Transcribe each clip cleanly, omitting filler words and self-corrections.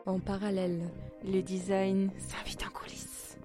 En parallèle, le design s'invite en coulisses.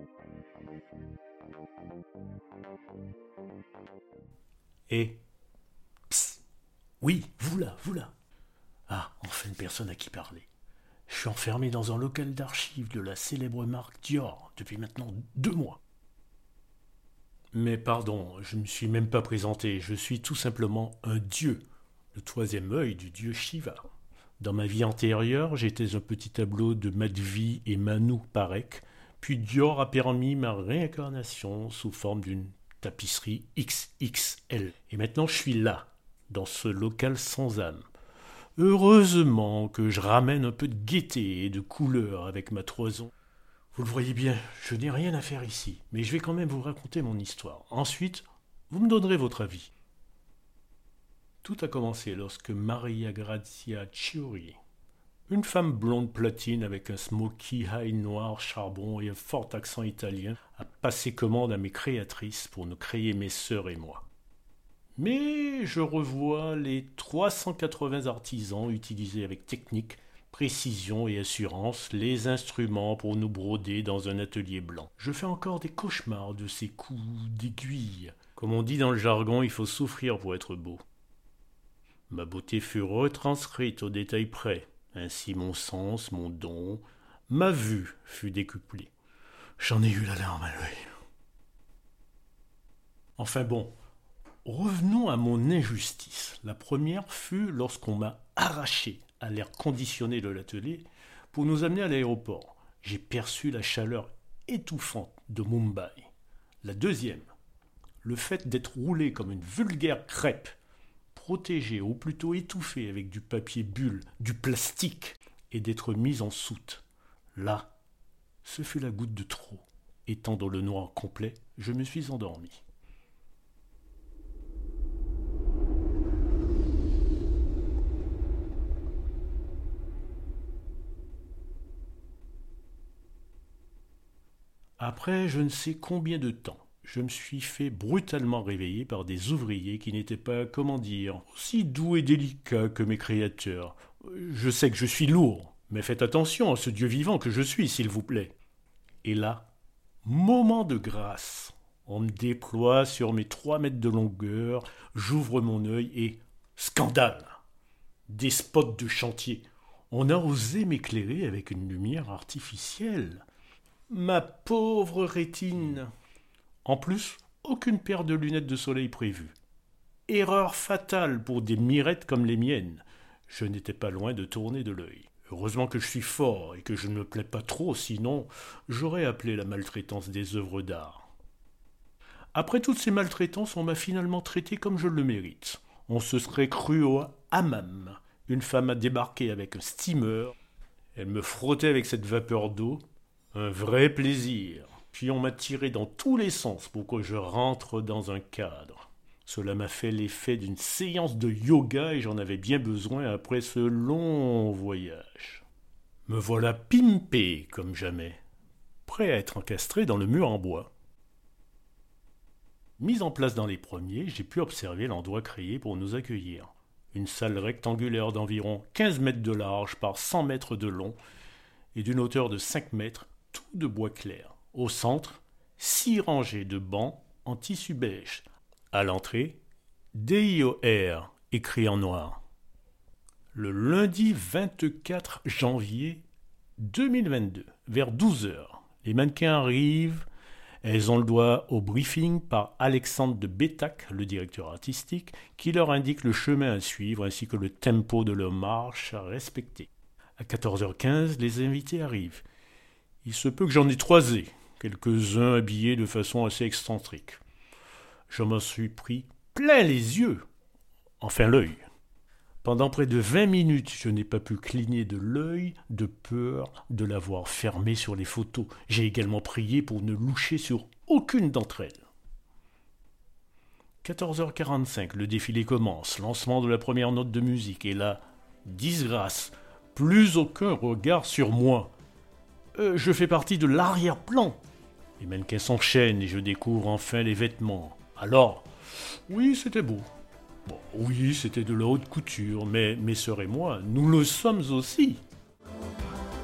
Psst. Oui, vous là. Ah, enfin une personne à qui parler. Je suis enfermé dans un local d'archives de la célèbre marque Dior depuis maintenant 2 mois. Mais pardon, je ne me suis même pas présenté, je suis tout simplement un dieu, le 3e œil du dieu Shiva. Dans ma vie antérieure, j'étais un petit tableau de Madhvi et Manu Parekh, puis Dior a permis ma réincarnation sous forme d'une tapisserie XXL. Et maintenant je suis là, dans ce local sans âme. Heureusement que je ramène un peu de gaieté et de couleur avec ma toison. Vous le voyez bien, je n'ai rien à faire ici, mais je vais quand même vous raconter mon histoire. Ensuite, vous me donnerez votre avis. Tout a commencé lorsque Maria Grazia Chiuri, une femme blonde platine avec un smoky high noir charbon et un fort accent italien, a passé commande à mes créatrices pour nous créer mes sœurs et moi. Mais je revois les 380 artisans utilisés avec technique, précision et assurance les instruments pour nous broder dans un atelier blanc. Je fais encore des cauchemars de ces coups d'aiguille. Comme on dit dans le jargon, il faut souffrir pour être beau. Ma beauté fut retranscrite au détail près. Ainsi mon sens, mon don, ma vue fut décuplée. J'en ai eu la larme à l'œil. Enfin bon, revenons à mon injustice. La première fut lorsqu'on m'a arraché à l'air conditionné de l'atelier pour nous amener à l'aéroport. J'ai perçu la chaleur étouffante de Mumbai. La deuxième, le fait d'être roulé comme une vulgaire crêpe, protégé ou plutôt étouffé avec du papier bulle, du plastique, et d'être mis en soute. Là, ce fut la goutte de trop. Étant dans le noir complet, je me suis endormi. Après je ne sais combien de temps, je me suis fait brutalement réveiller par des ouvriers qui n'étaient pas, aussi doux et délicats que mes créateurs. Je sais que je suis lourd, mais faites attention à ce Dieu vivant que je suis, s'il vous plaît. Et là, moment de grâce, on me déploie sur mes 3 mètres de longueur, j'ouvre mon œil et scandale! Des spots de chantier. On a osé m'éclairer avec une lumière artificielle. Ma pauvre rétine. En plus, aucune paire de lunettes de soleil prévue. Erreur fatale pour des mirettes comme les miennes. Je n'étais pas loin de tourner de l'œil. Heureusement que je suis fort et que je ne me plais pas trop, sinon j'aurais appelé la maltraitance des œuvres d'art. Après toutes ces maltraitances, on m'a finalement traité comme je le mérite. On se serait cru au hammam. Une femme a débarqué avec un steamer. Elle me frottait avec cette vapeur d'eau. Un vrai plaisir. Puis on m'a tiré dans tous les sens pour que je rentre dans un cadre. Cela m'a fait l'effet d'une séance de yoga et j'en avais bien besoin après ce long voyage. Me voilà pimpé comme jamais, prêt à être encastré dans le mur en bois. Mis en place dans les premiers, j'ai pu observer l'endroit créé pour nous accueillir. Une salle rectangulaire d'environ 15 mètres de large par 100 mètres de long et d'une hauteur de 5 mètres, tout de bois clair. Au centre, 6 rangées de bancs en tissu beige. À l'entrée, DIOR écrit en noir. Le lundi 24 janvier 2022, vers 12h, les mannequins arrivent. Elles ont le droit au briefing par Alexandre de Bétac, le directeur artistique, qui leur indique le chemin à suivre ainsi que le tempo de leur marche à respecter. À 14h15, les invités arrivent. Il se peut que j'en ai toisé, quelques-uns habillés de façon assez excentrique. Je m'en suis pris plein les yeux, enfin l'œil. Pendant près de 20 minutes, je n'ai pas pu cligner de l'œil de peur de l'avoir fermé sur les photos. J'ai également prié pour ne loucher sur aucune d'entre elles. 14h45, le défilé commence, lancement de la première note de musique, et là, disgrâce, plus aucun regard sur moi. Je fais partie de l'arrière-plan. Les mannequins s'enchaînent et je découvre enfin les vêtements. Alors, oui, c'était beau. Bon, oui, c'était de la haute couture, mais mes sœurs et moi, nous le sommes aussi.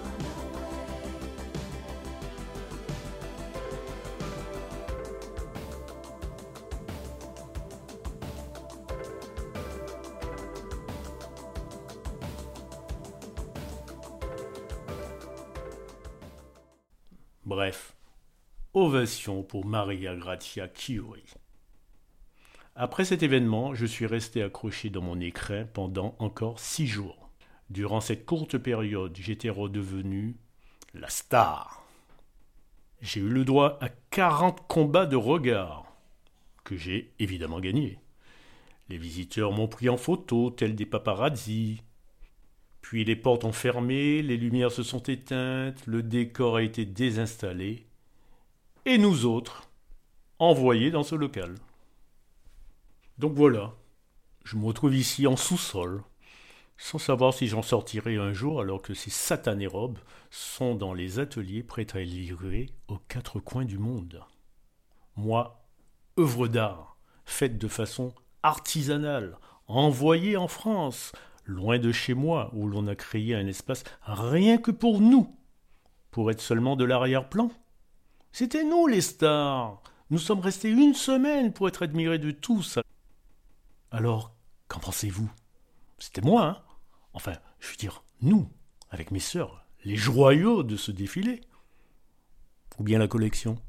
Bref, ovation pour Maria Grazia Chiuri. Après cet événement, je suis resté accroché dans mon écrin pendant encore 6 jours. Durant cette courte période, j'étais redevenu la star. J'ai eu le droit à 40 combats de regard, que j'ai évidemment gagnés. Les visiteurs m'ont pris en photo, tels des paparazzis. Puis les portes ont fermé, les lumières se sont éteintes, le décor a été désinstallé, et nous autres, envoyés dans ce local. Donc voilà, je me retrouve ici en sous-sol, sans savoir si j'en sortirai un jour alors que ces satanés robes sont dans les ateliers prêts à être livrés aux 4 coins du monde. Moi, œuvre d'art, faite de façon artisanale, envoyée en France, loin de chez moi, où l'on a créé un espace rien que pour nous, pour être seulement de l'arrière-plan. C'était nous les stars. Nous sommes restés 1 semaine pour être admirés de tous. Alors, qu'en pensez-vous? C'était moi, hein? Enfin, je veux dire, nous, avec mes sœurs, les joyaux de ce défilé. Ou bien la collection?